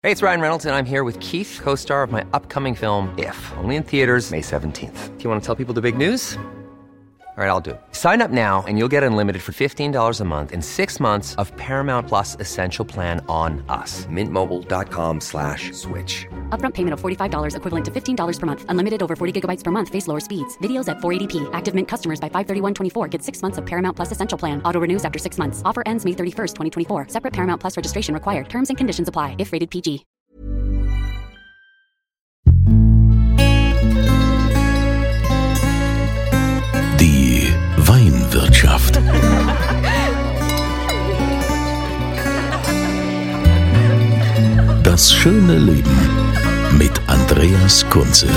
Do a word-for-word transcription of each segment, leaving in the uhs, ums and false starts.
Hey, it's Ryan Reynolds, and I'm here with Keith, co-star of my upcoming film, If, only in theaters May seventeenth. Do you want to tell people the big news? All right, I'll do it. Sign up now and you'll get unlimited for fifteen dollars a month and six months of Paramount Plus Essential Plan on us. Mint Mobile dot com slash switch. Upfront payment of forty-five dollars equivalent to fifteen dollars per month. Unlimited over forty gigabytes per month. Face lower speeds. Videos at four eighty p. Active Mint customers by five thirty-one twenty-four get six months of Paramount Plus Essential Plan. Auto renews after six months. Offer ends May thirty-first, twenty twenty-four. Separate Paramount Plus registration required. Terms and conditions apply if rated P G. Die Weinwirtschaft. Das schöne Leben mit Andreas Kunze.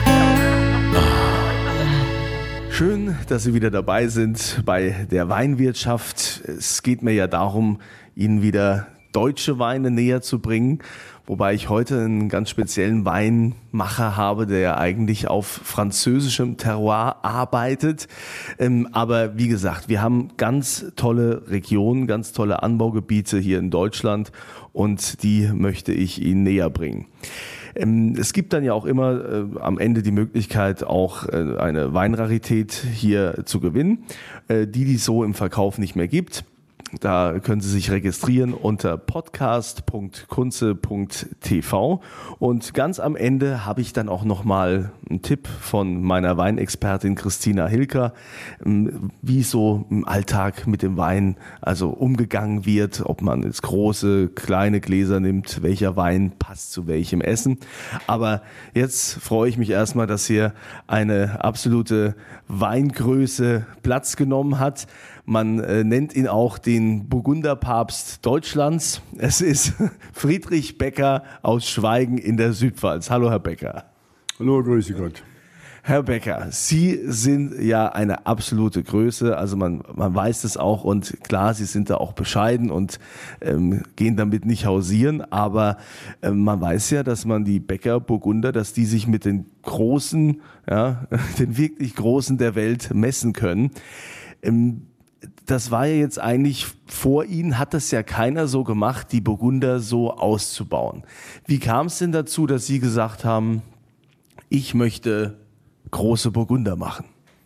Schön, dass Sie wieder dabei sind bei der Weinwirtschaft. Es geht mir ja darum, Ihnen wieder deutsche Weine näher zu bringen, wobei ich heute einen ganz speziellen Weinmacher habe, der eigentlich auf französischem Terroir arbeitet. Ähm, aber wie gesagt, wir haben ganz tolle Regionen, ganz tolle Anbaugebiete hier in Deutschland und die möchte ich Ihnen näher bringen. Ähm, es gibt dann ja auch immer äh, am Ende die Möglichkeit, auch äh, eine Weinrarität hier zu gewinnen, äh, die die so im Verkauf nicht mehr gibt. Da können Sie sich registrieren unter podcast punkt kunze punkt t v und ganz am Ende habe ich dann auch nochmal einen Tipp von meiner Weinexpertin Christina Hilker, wie so im Alltag mit dem Wein also umgegangen wird, ob man jetzt große, kleine Gläser nimmt, welcher Wein passt zu welchem Essen. Aber jetzt freue ich mich erstmal, dass hier eine absolute Weingröße Platz genommen hat. Man äh, nennt ihn auch den Burgunderpapst Deutschlands. Es ist Friedrich Becker aus Schweigen in der Südpfalz. Hallo, Herr Becker. Hallo, grüße Gott. Herr Becker, Sie sind ja eine absolute Größe, also man, man weiß das auch und klar, Sie sind da auch bescheiden und ähm, gehen damit nicht hausieren, aber ähm, man weiß ja, dass man die Becker Burgunder, dass die sich mit den Großen, ja, den wirklich Großen der Welt messen können. Ähm, Das war ja jetzt eigentlich, vor Ihnen hat das ja keiner so gemacht, die Burgunder so auszubauen. Wie kam es denn dazu, dass Sie gesagt haben, ich möchte große Burgunder machen?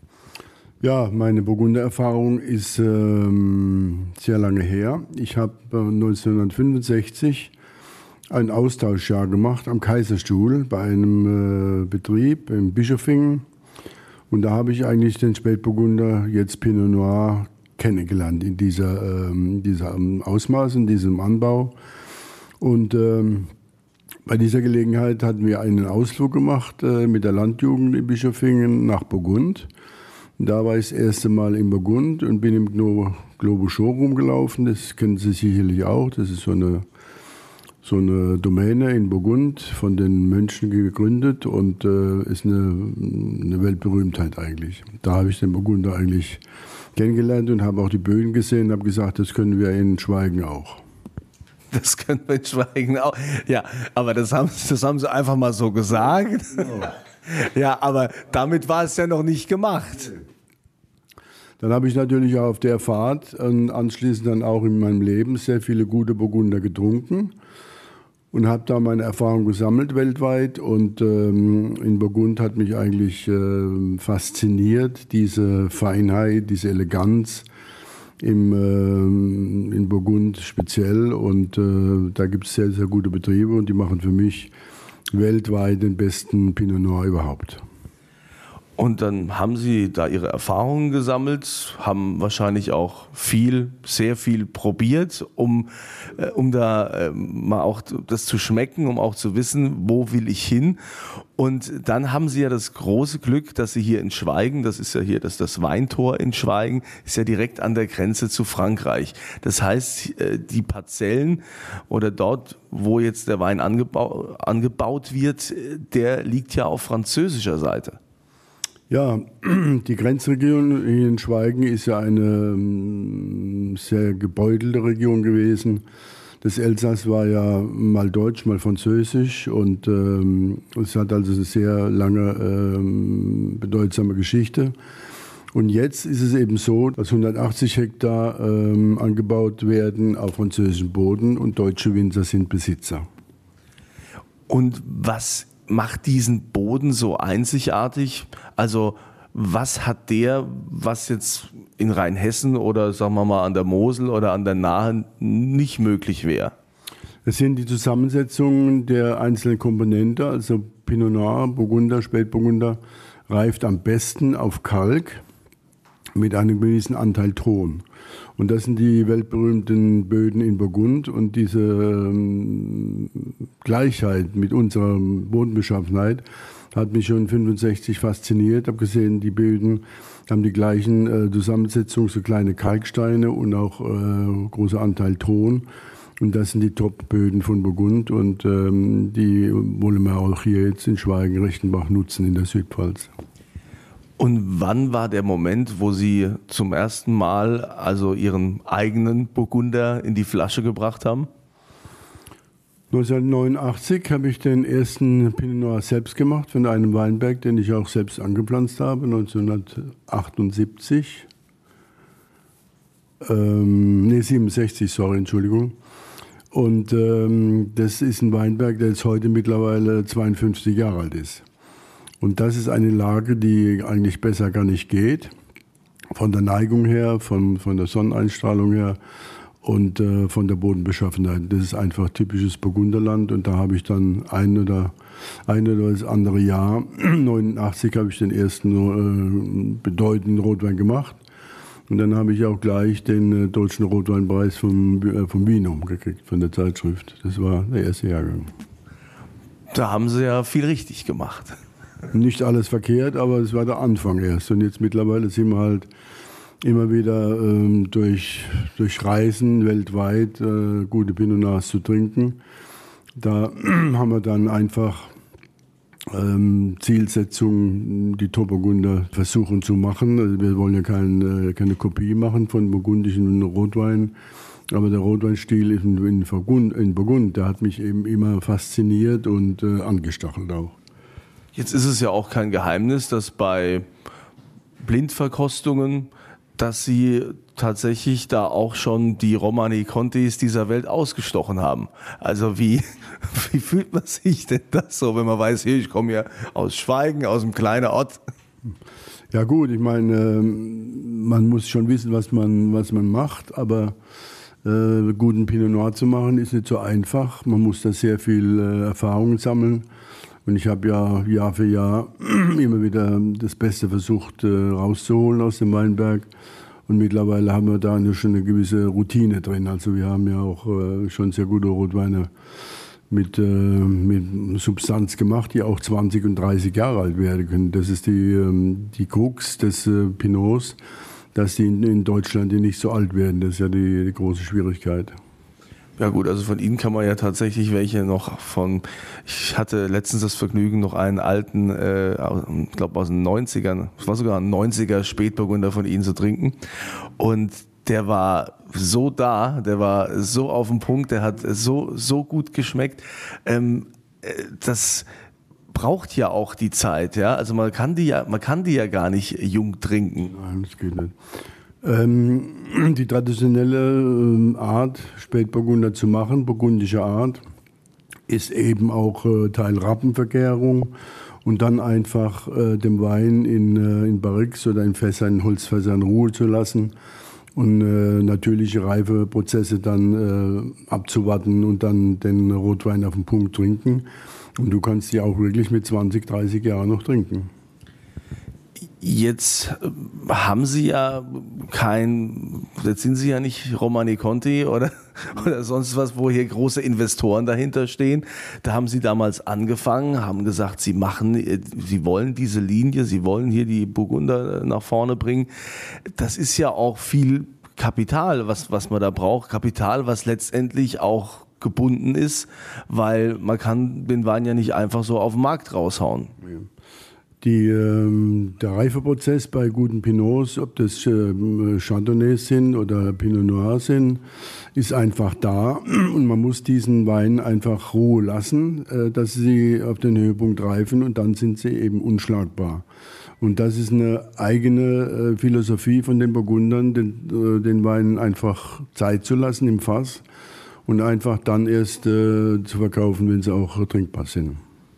Ja, meine Burgundererfahrung ist ähm, sehr lange her. Ich habe äh, neunzehnhundertfünfundsechzig ein Austauschjahr gemacht am Kaiserstuhl bei einem äh, Betrieb in Bischofingen. Und da habe ich eigentlich den Spätburgunder, jetzt Pinot Noir, kennengelernt in dieser, ähm, dieser Ausmaß, in diesem Anbau. Und ähm, bei dieser Gelegenheit hatten wir einen Ausflug gemacht äh, mit der Landjugend in Bischofingen nach Burgund. Und da war ich das erste Mal in Burgund und bin im Globo Showroom gelaufen. Das kennen Sie sicherlich auch. Das ist so eine, so eine Domäne in Burgund, von den Mönchen gegründet und äh, ist eine, eine Weltberühmtheit eigentlich. Da habe ich den Burgunder eigentlich kennengelernt und habe auch die Böden gesehen und habe gesagt, das können wir in Schweigen auch. Das können wir in Schweigen auch. Ja, aber das haben, das haben Sie einfach mal so gesagt. Genau. Ja, aber damit war es ja noch nicht gemacht. Dann habe ich natürlich auch auf der Fahrt und anschließend dann auch in meinem Leben sehr viele gute Burgunder getrunken und habe da meine Erfahrung gesammelt weltweit. Und ähm, in Burgund hat mich eigentlich äh, fasziniert, diese Feinheit, diese Eleganz im, äh, in Burgund speziell. Und äh, da gibt es sehr, sehr gute Betriebe und die machen für mich weltweit den besten Pinot Noir überhaupt. Und dann haben Sie da Ihre Erfahrungen gesammelt, haben wahrscheinlich auch viel, sehr viel probiert, um, äh, um da äh, mal auch das zu schmecken, um auch zu wissen, wo will ich hin. Und dann haben Sie ja das große Glück, dass Sie hier in Schweigen, das ist ja hier das, das Weintor in Schweigen, ist ja direkt an der Grenze zu Frankreich. Das heißt, äh, die Parzellen oder dort, wo jetzt der Wein angebau- angebaut wird, der liegt ja auf französischer Seite. Ja, die Grenzregion hier in Schweigen ist ja eine um, sehr gebeutelte Region gewesen. Das Elsass war ja mal deutsch, mal französisch und ähm, es hat also eine sehr lange ähm, bedeutsame Geschichte. Und jetzt ist es eben so, dass hundertachtzig Hektar ähm, angebaut werden auf französischem Boden und deutsche Winzer sind Besitzer. Und was macht diesen Boden so einzigartig? Also was hat der, was jetzt in Rheinhessen oder sagen wir mal an der Mosel oder an der Nahe nicht möglich wäre? Es sind die Zusammensetzungen der einzelnen Komponenten, also Pinot Noir, Burgunder, Spätburgunder, reift am besten auf Kalk mit einem gewissen Anteil Ton. Und das sind die weltberühmten Böden in Burgund. Und diese ähm, Gleichheit mit unserer Bodenbeschaffenheit hat mich schon fünfundsechzig fasziniert. Ich habe gesehen, die Böden haben die gleichen äh, Zusammensetzungen, so kleine Kalksteine und auch äh, großer Anteil Ton. Und das sind die Top-Böden von Burgund. Und ähm, die wollen wir auch hier jetzt in Schweigen-Rechtenbach nutzen in der Südpfalz. Und wann war der Moment, wo Sie zum ersten Mal also Ihren eigenen Burgunder in die Flasche gebracht haben? neunzehnhundertneunundachtzig habe ich den ersten Pinot Noir selbst gemacht von einem Weinberg, den ich auch selbst angepflanzt habe, neunzehnhundertachtundsiebzig. Ähm, nee, siebenundsechzig, sorry, Entschuldigung. Und ähm, das ist ein Weinberg, der jetzt heute mittlerweile zweiundfünfzig Jahre alt ist. Und das ist eine Lage, die eigentlich besser gar nicht geht. Von der Neigung her, von, von der Sonneneinstrahlung her und äh, von der Bodenbeschaffenheit. Das ist einfach typisches Burgunderland. Und da habe ich dann ein oder, ein oder das andere Jahr, neunundachtzig, habe ich den ersten äh, bedeutenden Rotwein gemacht. Und dann habe ich auch gleich den äh, Deutschen Rotweinpreis vom, äh, vom Vinum gekriegt, von der Zeitschrift. Das war der erste Jahrgang. Da haben Sie ja viel richtig gemacht. Nicht alles verkehrt, aber es war der Anfang erst. Und jetzt mittlerweile sind wir halt immer wieder ähm, durch, durch Reisen weltweit äh, gute Pinot Noirs zu trinken. Da haben wir dann einfach ähm, Zielsetzung, die Top-Burgunder versuchen zu machen. Also wir wollen ja kein, äh, keine Kopie machen von burgundischen Rotwein. Aber der Rotweinstil in, in, Burgund, in Burgund, der hat mich eben immer fasziniert und äh, angestachelt auch. Jetzt ist es ja auch kein Geheimnis, dass bei Blindverkostungen, dass Sie tatsächlich da auch schon die Romani Contis dieser Welt ausgestochen haben. Also wie, wie fühlt man sich denn das so, wenn man weiß, hier, ich komme ja aus Schweigen, aus einem kleinen Ort? Ja gut, ich meine, man muss schon wissen, was man, was man macht, aber äh, guten Pinot Noir zu machen ist nicht so einfach. Man muss da sehr viel äh, Erfahrung sammeln. Und ich habe ja Jahr für Jahr immer wieder das Beste versucht äh, rauszuholen aus dem Weinberg. Und mittlerweile haben wir da eine, schon eine gewisse Routine drin. Also wir haben ja auch äh, schon sehr gute Rotweine mit, äh, mit Substanz gemacht, die auch zwanzig und dreißig Jahre alt werden können. Das ist die, ähm, die Krux des äh, Pinots, dass die in, in Deutschland die nicht so alt werden. Das ist ja die, die große Schwierigkeit. Ja gut, also von Ihnen kann man ja tatsächlich welche noch von, ich hatte letztens das Vergnügen, noch einen alten, äh, ich glaube aus den neunzigern, es war sogar ein neunziger Spätburgunder von Ihnen zu trinken und der war so da, der war so auf den Punkt, der hat so, so gut geschmeckt, ähm, das braucht ja auch die Zeit, ja, also man kann die ja, man kann die ja gar nicht jung trinken. Nein, das geht nicht. Ähm, die traditionelle ähm, Art, Spätburgunder zu machen, burgundische Art, ist eben auch äh, Teil Rappenvergärung und dann einfach äh, den Wein in, äh, in Barriques oder in Fässern, in Holzfässern Ruhe zu lassen und äh, natürliche Reifeprozesse dann äh, abzuwarten und dann den Rotwein auf den Punkt trinken. Und du kannst die auch wirklich mit zwanzig, dreißig Jahren noch trinken. Jetzt haben Sie ja kein, jetzt sind Sie ja nicht Romani Conti oder, oder sonst was, wo hier große Investoren dahinter stehen. Da haben Sie damals angefangen, haben gesagt, Sie machen, Sie wollen diese Linie, Sie wollen hier die Burgunder nach vorne bringen. Das ist ja auch viel Kapital, was, was man da braucht. Kapital, was letztendlich auch gebunden ist, weil man kann den Wein ja nicht einfach so auf den Markt raushauen. Ja. Die, ähm, der Reifeprozess bei guten Pinots, ob das ähm, Chardonnays sind oder Pinot Noir sind, ist einfach da und man muss diesen Wein einfach Ruhe lassen, äh, dass sie auf den Höhepunkt reifen und dann sind sie eben unschlagbar. Und das ist eine eigene äh, Philosophie von den Burgundern, den, äh, den Wein einfach Zeit zu lassen im Fass. und einfach dann erst äh, zu verkaufen, wenn sie auch trinkbar sind.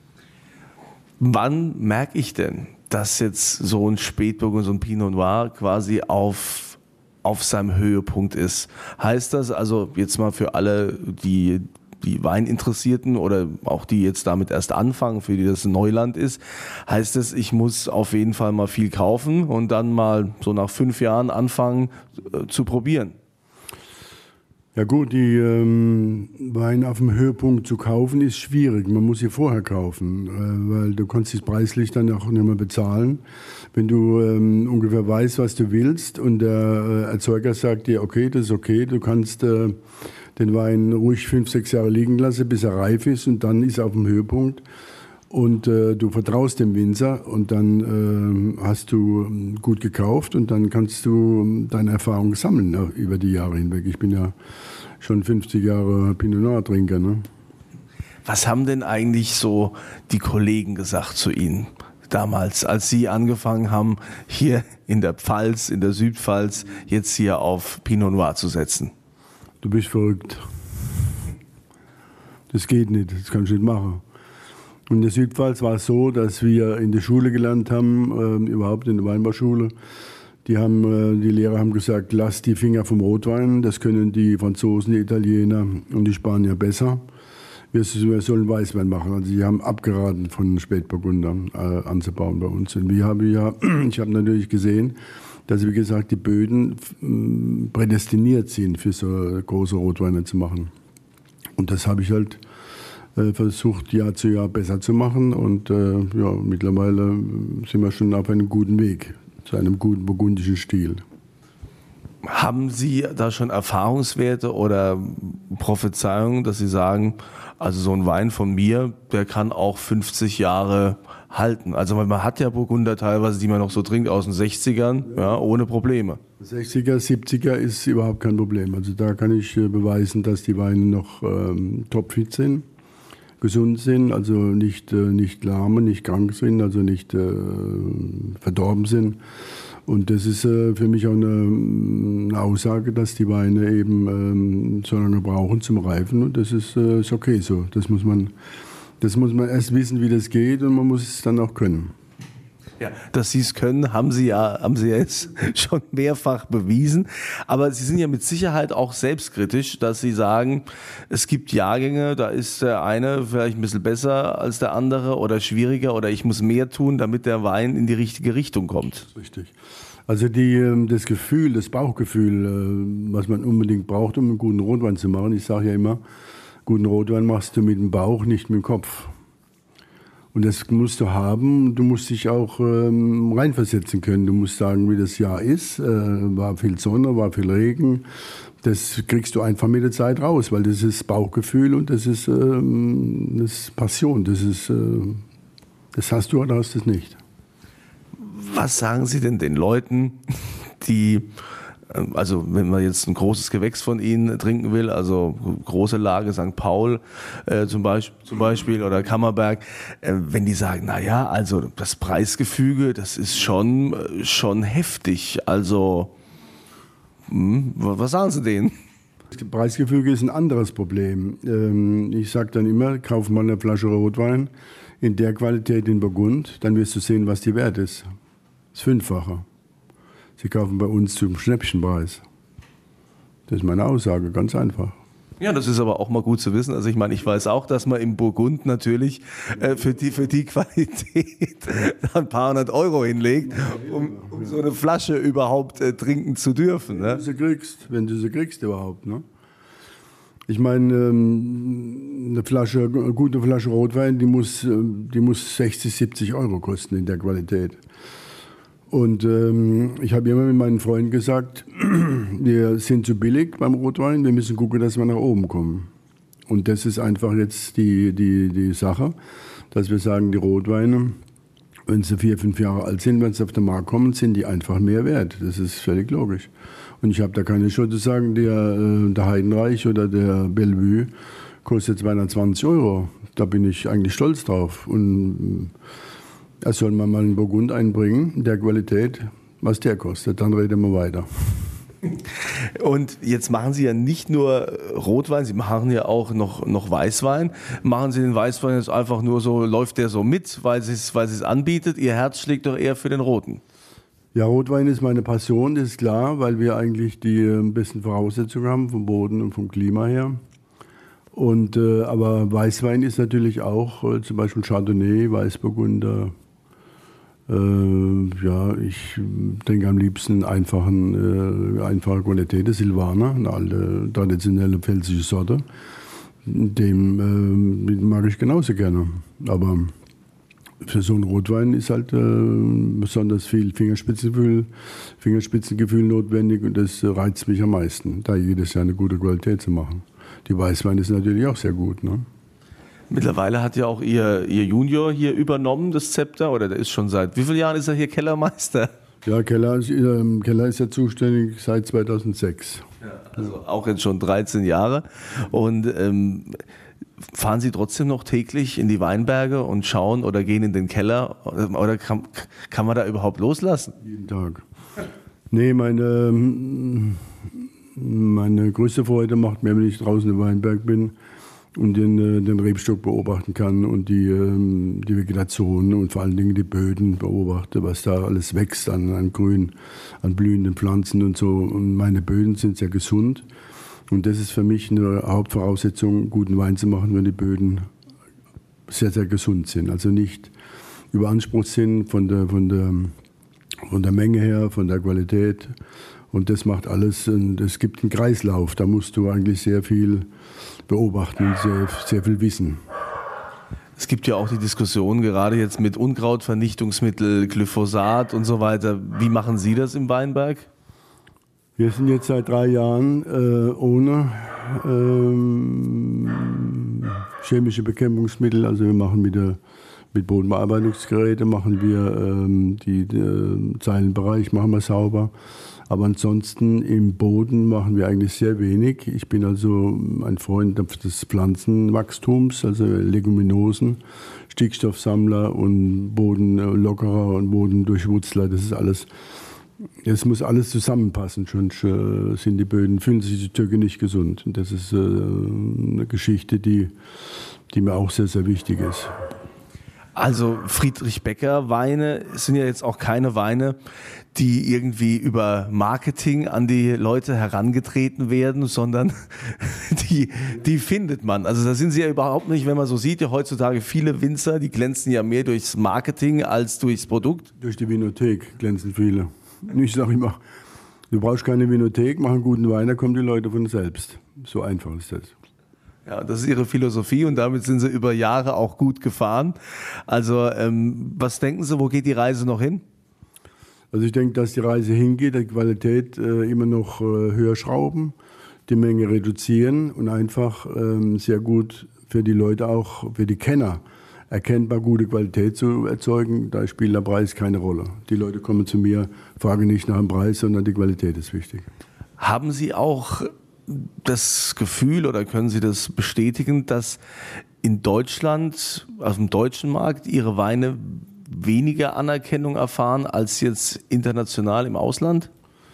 Wann merke ich denn, dass jetzt so ein Spätburgunder, so ein Pinot Noir quasi auf, auf seinem Höhepunkt ist? Heißt das also jetzt mal für alle, die die Weininteressierten oder auch die jetzt damit erst anfangen, für die das Neuland ist, heißt es, ich muss auf jeden Fall mal viel kaufen und dann mal so nach fünf Jahren anfangen äh, zu probieren? Ja gut, die ähm, Weine auf dem Höhepunkt zu kaufen ist schwierig. Man muss sie vorher kaufen, äh, weil du kannst es preislich dann auch nicht mehr bezahlen. Wenn du ähm, ungefähr weißt, was du willst und der äh, Erzeuger sagt dir, okay, das ist okay, du kannst äh, den Wein ruhig fünf, sechs Jahre liegen lassen, bis er reif ist und dann ist er auf dem Höhepunkt. Und äh, du vertraust dem Winzer und dann äh, hast du gut gekauft und dann kannst du deine Erfahrungen sammeln, ne, über die Jahre hinweg. Ich bin ja schon fünfzig Jahre Pinot Noir Trinker. Ne? Was haben denn eigentlich so die Kollegen gesagt zu Ihnen damals, als Sie angefangen haben, hier in der Pfalz, in der Südpfalz, jetzt hier auf Pinot Noir zu setzen? Du bist verrückt. Das geht nicht, das kannst du nicht machen. Und in der Südpfalz war es so, dass wir in der Schule gelernt haben, äh, überhaupt in der Weinbauschule. Die, haben, äh, die Lehrer haben gesagt, lass die Finger vom Rotwein, das können die Franzosen, die Italiener und die Spanier besser. Wir, wir sollen Weißwein machen. Also die haben abgeraten von Spätburgunder äh, anzubauen bei uns. Und wir haben ja, ich habe natürlich gesehen, dass, wie gesagt, die Böden äh, prädestiniert sind, für so große Rotweine zu machen. Und das habe ich halt versucht, Jahr zu Jahr besser zu machen und äh, ja, mittlerweile sind wir schon auf einem guten Weg zu einem guten burgundischen Stil. Haben Sie da schon Erfahrungswerte oder Prophezeiungen, dass Sie sagen, also so ein Wein von mir, der kann auch fünfzig Jahre halten? Also man hat ja Burgunder teilweise, die man noch so trinkt aus den sechzigern, ja, ohne Probleme. sechziger, siebziger ist überhaupt kein Problem. Also da kann ich äh, beweisen, dass die Weine noch ähm, topfit sind. Gesund sind, also nicht, äh, nicht lahm, nicht krank sind, also nicht äh, verdorben sind. Und das ist äh, für mich auch eine, eine Aussage, dass die Weine eben ähm, so lange brauchen zum Reifen. Und das ist, äh, ist okay so. Das muss man, das muss man erst wissen, wie das geht, und man muss es dann auch können. Ja, dass Sie es können, haben Sie ja, haben Sie ja jetzt schon mehrfach bewiesen. Aber Sie sind ja mit Sicherheit auch selbstkritisch, dass Sie sagen, es gibt Jahrgänge, da ist der eine vielleicht ein bisschen besser als der andere oder schwieriger oder ich muss mehr tun, damit der Wein in die richtige Richtung kommt. Richtig. Also die, das Gefühl, das Bauchgefühl, was man unbedingt braucht, um einen guten Rotwein zu machen. Ich sage ja immer, guten Rotwein machst du mit dem Bauch, nicht mit dem Kopf. Und das musst du haben. Du musst dich auch ähm, reinversetzen können. Du musst sagen, wie das Jahr ist. Äh, war viel Sonne, war viel Regen. Das kriegst du einfach mit der Zeit raus, weil das ist Bauchgefühl und das ist, ähm, das ist Passion. Das ist, äh, das hast du oder hast du es nicht. Was sagen Sie denn den Leuten, die, also wenn man jetzt ein großes Gewächs von Ihnen trinken will, also große Lage, Sankt Paul äh, zum, Beispiel, zum Beispiel oder Kammerberg, äh, wenn die sagen, naja, also das Preisgefüge, das ist schon, schon heftig, also hm, was sagen Sie denen? Das Preisgefüge ist ein anderes Problem. Ähm, ich sage dann immer, kauf mal eine Flasche Rotwein in der Qualität in Burgund, dann wirst du sehen, was die wert ist. Das Fünffache. Sie kaufen bei uns zum Schnäppchenpreis. Das ist meine Aussage, ganz einfach. Ja, das ist aber auch mal gut zu wissen. Also ich meine, ich weiß auch, dass man im Burgund natürlich äh, für, die, für die Qualität ein paar hundert Euro hinlegt, um, um so eine Flasche überhaupt äh, trinken zu dürfen. Ne? Wenn du sie kriegst, wenn du sie kriegst überhaupt. Ne? Ich meine, ähm, eine Flasche, eine gute Flasche Rotwein, die muss, die muss sechzig, siebzig Euro kosten in der Qualität. Und ähm, ich habe immer mit meinen Freunden gesagt, wir sind zu billig beim Rotwein, wir müssen gucken, dass wir nach oben kommen. Und das ist einfach jetzt die, die, die Sache, dass wir sagen, die Rotweine, wenn sie vier, fünf Jahre alt sind, wenn sie auf den Markt kommen, sind die einfach mehr wert. Das ist völlig logisch. Und ich habe da keine Schuld zu sagen, der, der Heidenreich oder der Bellevue kostet zweihundertzwanzig Euro. Da bin ich eigentlich stolz drauf. Und da soll man mal einen Burgund einbringen, der Qualität, was der kostet, dann reden wir weiter. Und jetzt machen Sie ja nicht nur Rotwein, Sie machen ja auch noch, noch Weißwein. Machen Sie den Weißwein jetzt einfach nur so, läuft der so mit, weil Sie es weil Sie es anbietet? Ihr Herz schlägt doch eher für den Roten. Ja, Rotwein ist meine Passion, das ist klar, weil wir eigentlich die äh, besten Voraussetzungen haben, vom Boden und vom Klima her. Und, äh, aber Weißwein ist natürlich auch, äh, zum Beispiel Chardonnay, Weißburgunder. Äh, ja, ich denke am liebsten einfachen, äh, einfache Qualität, der Silvaner, eine alte, traditionelle pfälzische Sorte. Dem äh, mag ich genauso gerne. Aber für so einen Rotwein ist halt äh, besonders viel Fingerspitzengefühl, Fingerspitzengefühl notwendig und das reizt mich am meisten, da jedes Jahr eine gute Qualität zu machen. Die Weißwein ist natürlich auch sehr gut. Ne? Mittlerweile hat ja auch Ihr, Ihr Junior hier übernommen, das Zepter, oder der ist schon seit, wie vielen Jahren ist er hier Kellermeister? Ja, Keller, äh, Keller ist ja zuständig seit zweitausendsechs. Ja, also auch jetzt schon dreizehn Jahre. Und ähm, fahren Sie trotzdem noch täglich in die Weinberge und schauen oder gehen in den Keller? Oder kann, kann man da überhaupt loslassen? Jeden Tag. Nee, meine, meine größte Freude macht mir, wenn ich draußen im Weinberg bin und den, den Rebstock beobachten kann und die, die Vegetation und vor allen Dingen die Böden beobachte, was da alles wächst an, an Grün, an blühenden Pflanzen und so. Und meine Böden sind sehr gesund. Und das ist für mich eine Hauptvoraussetzung, guten Wein zu machen, wenn die Böden sehr, sehr gesund sind. Also nicht überansprucht sind von der, von der, von der Menge her, von der Qualität. Und das macht alles, und es gibt einen Kreislauf, da musst du eigentlich sehr viel beobachten, sehr, sehr viel wissen. Es gibt ja auch die Diskussion, gerade jetzt mit Unkrautvernichtungsmittel, Glyphosat und so weiter. Wie machen Sie das im Weinberg? Wir sind jetzt seit drei Jahren äh, ohne ähm, chemische Bekämpfungsmittel. Also wir machen mit, der, mit Bodenbearbeitungsgeräten machen wir ähm, die, den Zeilenbereich machen wir sauber. Aber ansonsten im Boden machen wir eigentlich sehr wenig. Ich bin also ein Freund des Pflanzenwachstums, also Leguminosen, Stickstoffsammler und Bodenlockerer und Bodendurchwurzler. Das ist alles. Es muss alles zusammenpassen, sonst äh, sind die Böden, fühlen sich die Töcke nicht gesund. Und das ist äh, eine Geschichte, die, die mir auch sehr, sehr wichtig ist. Also Friedrich Becker Weine sind ja jetzt auch keine Weine, die irgendwie über Marketing an die Leute herangetreten werden, sondern die, die findet man. Also da sind sie ja überhaupt nicht, wenn man so sieht, ja heutzutage viele Winzer, die glänzen ja mehr durchs Marketing als durchs Produkt. Durch die Vinothek glänzen viele. Ich sage immer, du brauchst keine Vinothek, mach einen guten Wein, da kommen die Leute von selbst. So einfach ist das. Ja, das ist Ihre Philosophie und damit sind Sie über Jahre auch gut gefahren. Also ähm, was denken Sie, wo geht die Reise noch hin? Also ich denke, dass die Reise hingeht, die Qualität äh, immer noch äh, höher schrauben, die Menge reduzieren und einfach ähm, sehr gut für die Leute, auch für die Kenner, erkennbar gute Qualität zu erzeugen. Da spielt der Preis keine Rolle. Die Leute kommen zu mir, fragen nicht nach dem Preis, sondern die Qualität ist wichtig. Haben Sie auch das Gefühl oder können Sie das bestätigen, dass in Deutschland, auf dem deutschen Markt, Ihre Weine weniger Anerkennung erfahren als jetzt international im Ausland?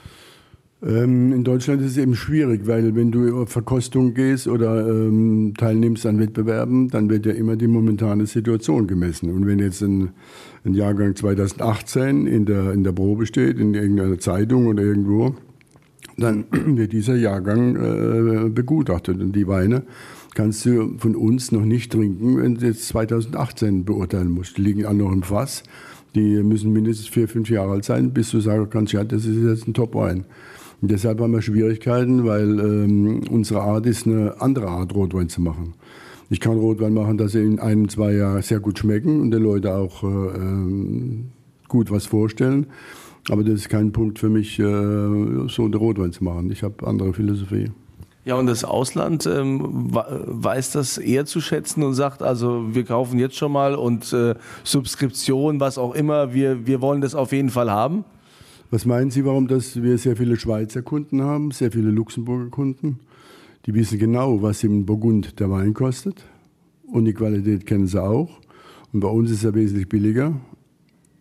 Ähm, in Deutschland ist es eben schwierig, weil wenn du auf Verkostung gehst oder ähm, teilnimmst an Wettbewerben, dann wird ja immer die momentane Situation gemessen. Und wenn jetzt ein, ein Jahrgang zweitausendachtzehn in der, in der Probe steht, in irgendeiner Zeitung oder irgendwo, dann wird dieser Jahrgang äh, begutachtet. Und die Weine kannst du von uns noch nicht trinken, wenn du jetzt zweitausendachtzehn beurteilen musst. Die liegen alle noch im Fass. Die müssen mindestens vier, fünf Jahre alt sein, bis du sagen kannst, ja, das ist jetzt ein Top-Wein. Und deshalb haben wir Schwierigkeiten, weil ähm, unsere Art ist, eine andere Art Rotwein zu machen. Ich kann Rotwein machen, dass sie in einem, zwei Jahren sehr gut schmecken und die Leute auch äh, gut was vorstellen. Aber das ist kein Punkt für mich, äh, so einen Rotwein zu machen. Ich habe andere Philosophie. Ja, und das Ausland ähm, weiß das eher zu schätzen und sagt, also wir kaufen jetzt schon mal und äh, Subskription, was auch immer, wir, wir wollen das auf jeden Fall haben? Was meinen Sie, warum das wir sehr viele Schweizer Kunden haben, sehr viele Luxemburger Kunden? Die wissen genau, was im Burgund der Wein kostet und die Qualität kennen sie auch. Und bei uns ist er wesentlich billiger,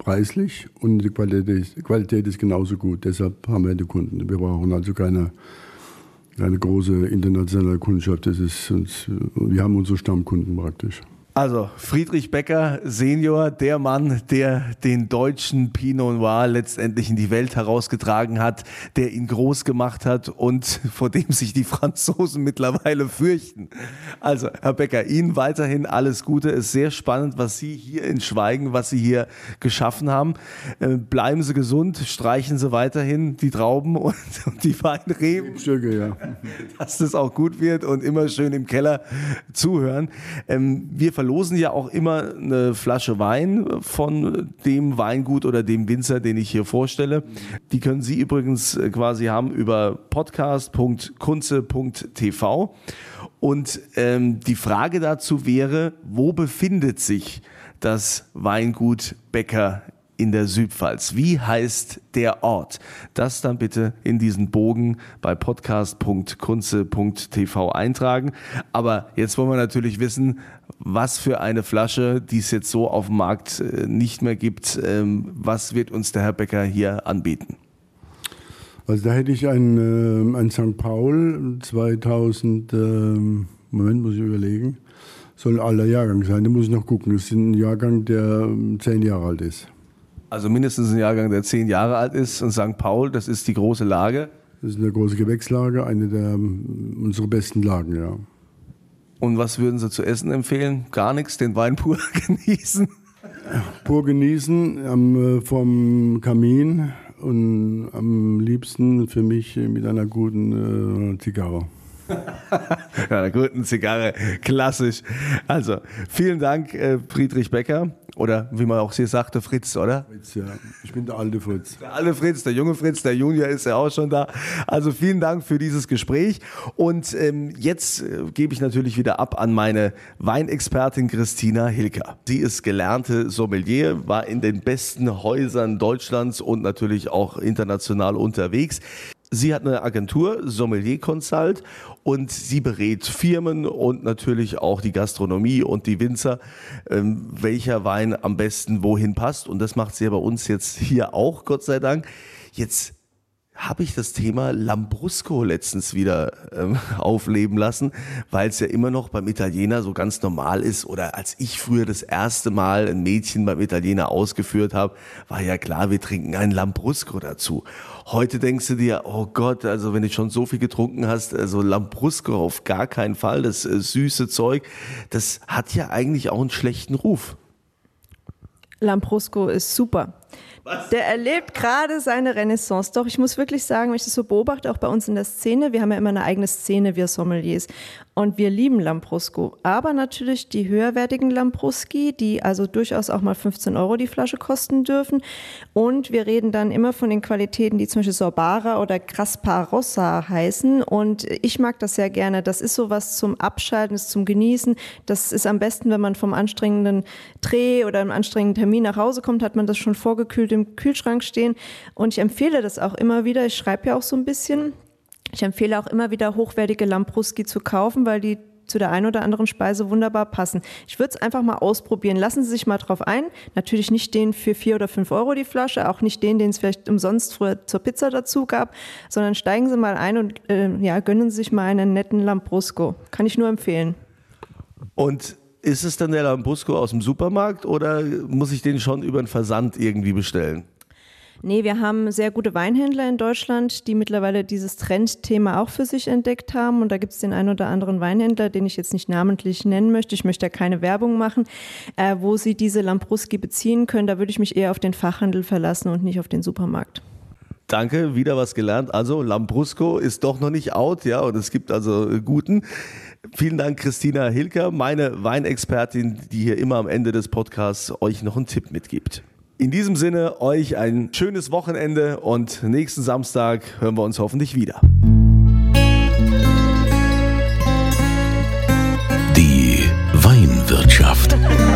preislich und die Qualität ist, die Qualität ist genauso gut. Deshalb haben wir die Kunden. Wir brauchen also keine, keine große internationale Kundschaft. Das ist uns, wir haben unsere Stammkunden praktisch. Also Friedrich Becker Senior, der Mann, der den deutschen Pinot Noir letztendlich in die Welt herausgetragen hat, der ihn groß gemacht hat und vor dem sich die Franzosen mittlerweile fürchten. Also Herr Becker, Ihnen weiterhin alles Gute. Es ist sehr spannend, was Sie hier in Schweigen, was Sie hier geschaffen haben. Bleiben Sie gesund, streichen Sie weiterhin die Trauben und, und die Weinreben. Stücke, ja. Dass das auch gut wird und immer schön im Keller zuhören. Wir verlosen ja auch immer eine Flasche Wein von dem Weingut oder dem Winzer, den ich hier vorstelle. Die können Sie übrigens quasi haben über podcast punkt kunze punkt t v. Und ähm, die Frage dazu wäre, wo befindet sich das Weingut Becker in der Südpfalz? Wie heißt der Ort? Das dann bitte in diesen Bogen bei podcast punkt kunze punkt t v eintragen. Aber jetzt wollen wir natürlich wissen, was für eine Flasche, die es jetzt so auf dem Markt nicht mehr gibt, was wird uns der Herr Becker hier anbieten? Also da hätte ich ein, ein Sankt Paul zweitausend, ähm, Moment, muss ich überlegen, soll ein alter Jahrgang sein, da muss ich noch gucken. Das ist ein Jahrgang, der zehn Jahre alt ist. Also mindestens ein Jahrgang, der zehn Jahre alt ist. Und Sankt Paul, das ist die große Lage? Das ist eine große Gewächslage, eine der unserer besten Lagen, ja. Und was würden Sie zu essen empfehlen? Gar nichts, den Wein pur genießen? Pur genießen, am, vom Kamin und am liebsten für mich mit einer guten äh, Zigarre. Ja, einer guten Zigarre, klassisch. Also, vielen Dank, äh, Friedrich Becker. Oder wie man auch hier sagte, Fritz, oder? Fritz, ja. Ich bin der alte Fritz. Der alte Fritz, der junge Fritz, der Junior ist ja auch schon da. Also vielen Dank für dieses Gespräch. Und ähm, jetzt äh, gebe ich natürlich wieder ab an meine Weinexpertin Christina Hilker. Sie ist gelernte Sommelier, war in den besten Häusern Deutschlands und natürlich auch international unterwegs. Sie hat eine Agentur, Sommelier Consult, und sie berät Firmen und natürlich auch die Gastronomie und die Winzer, ähm, welcher Wein am besten wohin passt. Und das macht sie ja bei uns jetzt hier auch, Gott sei Dank. Jetzt habe ich das Thema Lambrusco letztens wieder ähm, aufleben lassen, weil es ja immer noch beim Italiener so ganz normal ist. Oder als ich früher das erste Mal ein Mädchen beim Italiener ausgeführt habe, war ja klar, wir trinken einen Lambrusco dazu. Heute denkst du dir, oh Gott, also wenn du schon so viel getrunken hast, also Lambrusco auf gar keinen Fall, das äh, süße Zeug, das hat ja eigentlich auch einen schlechten Ruf. Lambrusco ist super. Was? Der erlebt gerade seine Renaissance. Doch, ich muss wirklich sagen, wenn ich das so beobachte, auch bei uns in der Szene, wir haben ja immer eine eigene Szene, wir Sommeliers. Und wir lieben Lambrusco. Aber natürlich die höherwertigen Lambruschi, die also durchaus auch mal fünfzehn Euro die Flasche kosten dürfen. Und wir reden dann immer von den Qualitäten, die zum Beispiel Sorbara oder Grappa-Rossa heißen. Und ich mag das sehr gerne. Das ist sowas zum Abschalten, ist zum Genießen. Das ist am besten, wenn man vom anstrengenden Dreh oder einem anstrengenden Termin nach Hause kommt, hat man das schon vorgekühlt im Kühlschrank stehen. Und ich empfehle das auch immer wieder. Ich schreibe ja auch so ein bisschen. Ich empfehle auch immer wieder hochwertige Lambruschi zu kaufen, weil die zu der einen oder anderen Speise wunderbar passen. Ich würde es einfach mal ausprobieren. Lassen Sie sich mal drauf ein. Natürlich nicht den für vier oder fünf Euro die Flasche, auch nicht den, den es vielleicht umsonst früher zur Pizza dazu gab, sondern steigen Sie mal ein und äh, ja, gönnen Sie sich mal einen netten Lambrusco. Kann ich nur empfehlen. Und ist es dann der Lambrusco aus dem Supermarkt oder muss ich den schon über den Versand irgendwie bestellen? Nee, wir haben sehr gute Weinhändler in Deutschland, die mittlerweile dieses Trendthema auch für sich entdeckt haben. Und da gibt es den einen oder anderen Weinhändler, den ich jetzt nicht namentlich nennen möchte. Ich möchte ja keine Werbung machen, äh, wo Sie diese Lambruschi beziehen können. Da würde ich mich eher auf den Fachhandel verlassen und nicht auf den Supermarkt. Danke, wieder was gelernt. Also Lambrusco ist doch noch nicht out, ja, und es gibt also guten. Vielen Dank, Christina Hilker, meine Weinexpertin, die hier immer am Ende des Podcasts euch noch einen Tipp mitgibt. In diesem Sinne, euch ein schönes Wochenende und nächsten Samstag hören wir uns hoffentlich wieder. Die Weinwirtschaft.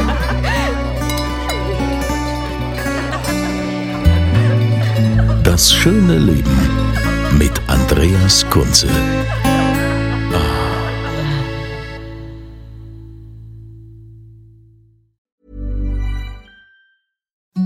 Das schöne Leben mit Andreas Kunze.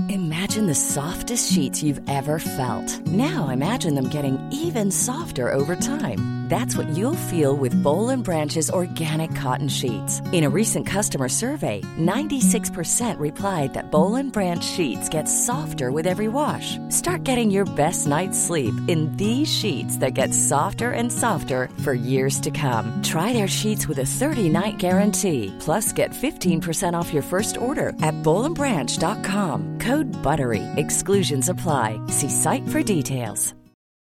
Imagine the softest sheets you've ever felt. Now imagine them getting even softer over time. That's what you'll feel with Boll and Branch's organic cotton sheets. In a recent customer survey, ninety-six percent replied that Boll and Branch sheets get softer with every wash. Start getting your best night's sleep in these sheets that get softer and softer for years to come. Try their sheets with a thirty-night guarantee. Plus, get fifteen percent off your first order at boll and branch dot com. Code BUTTERY. Exclusions apply. See site for details.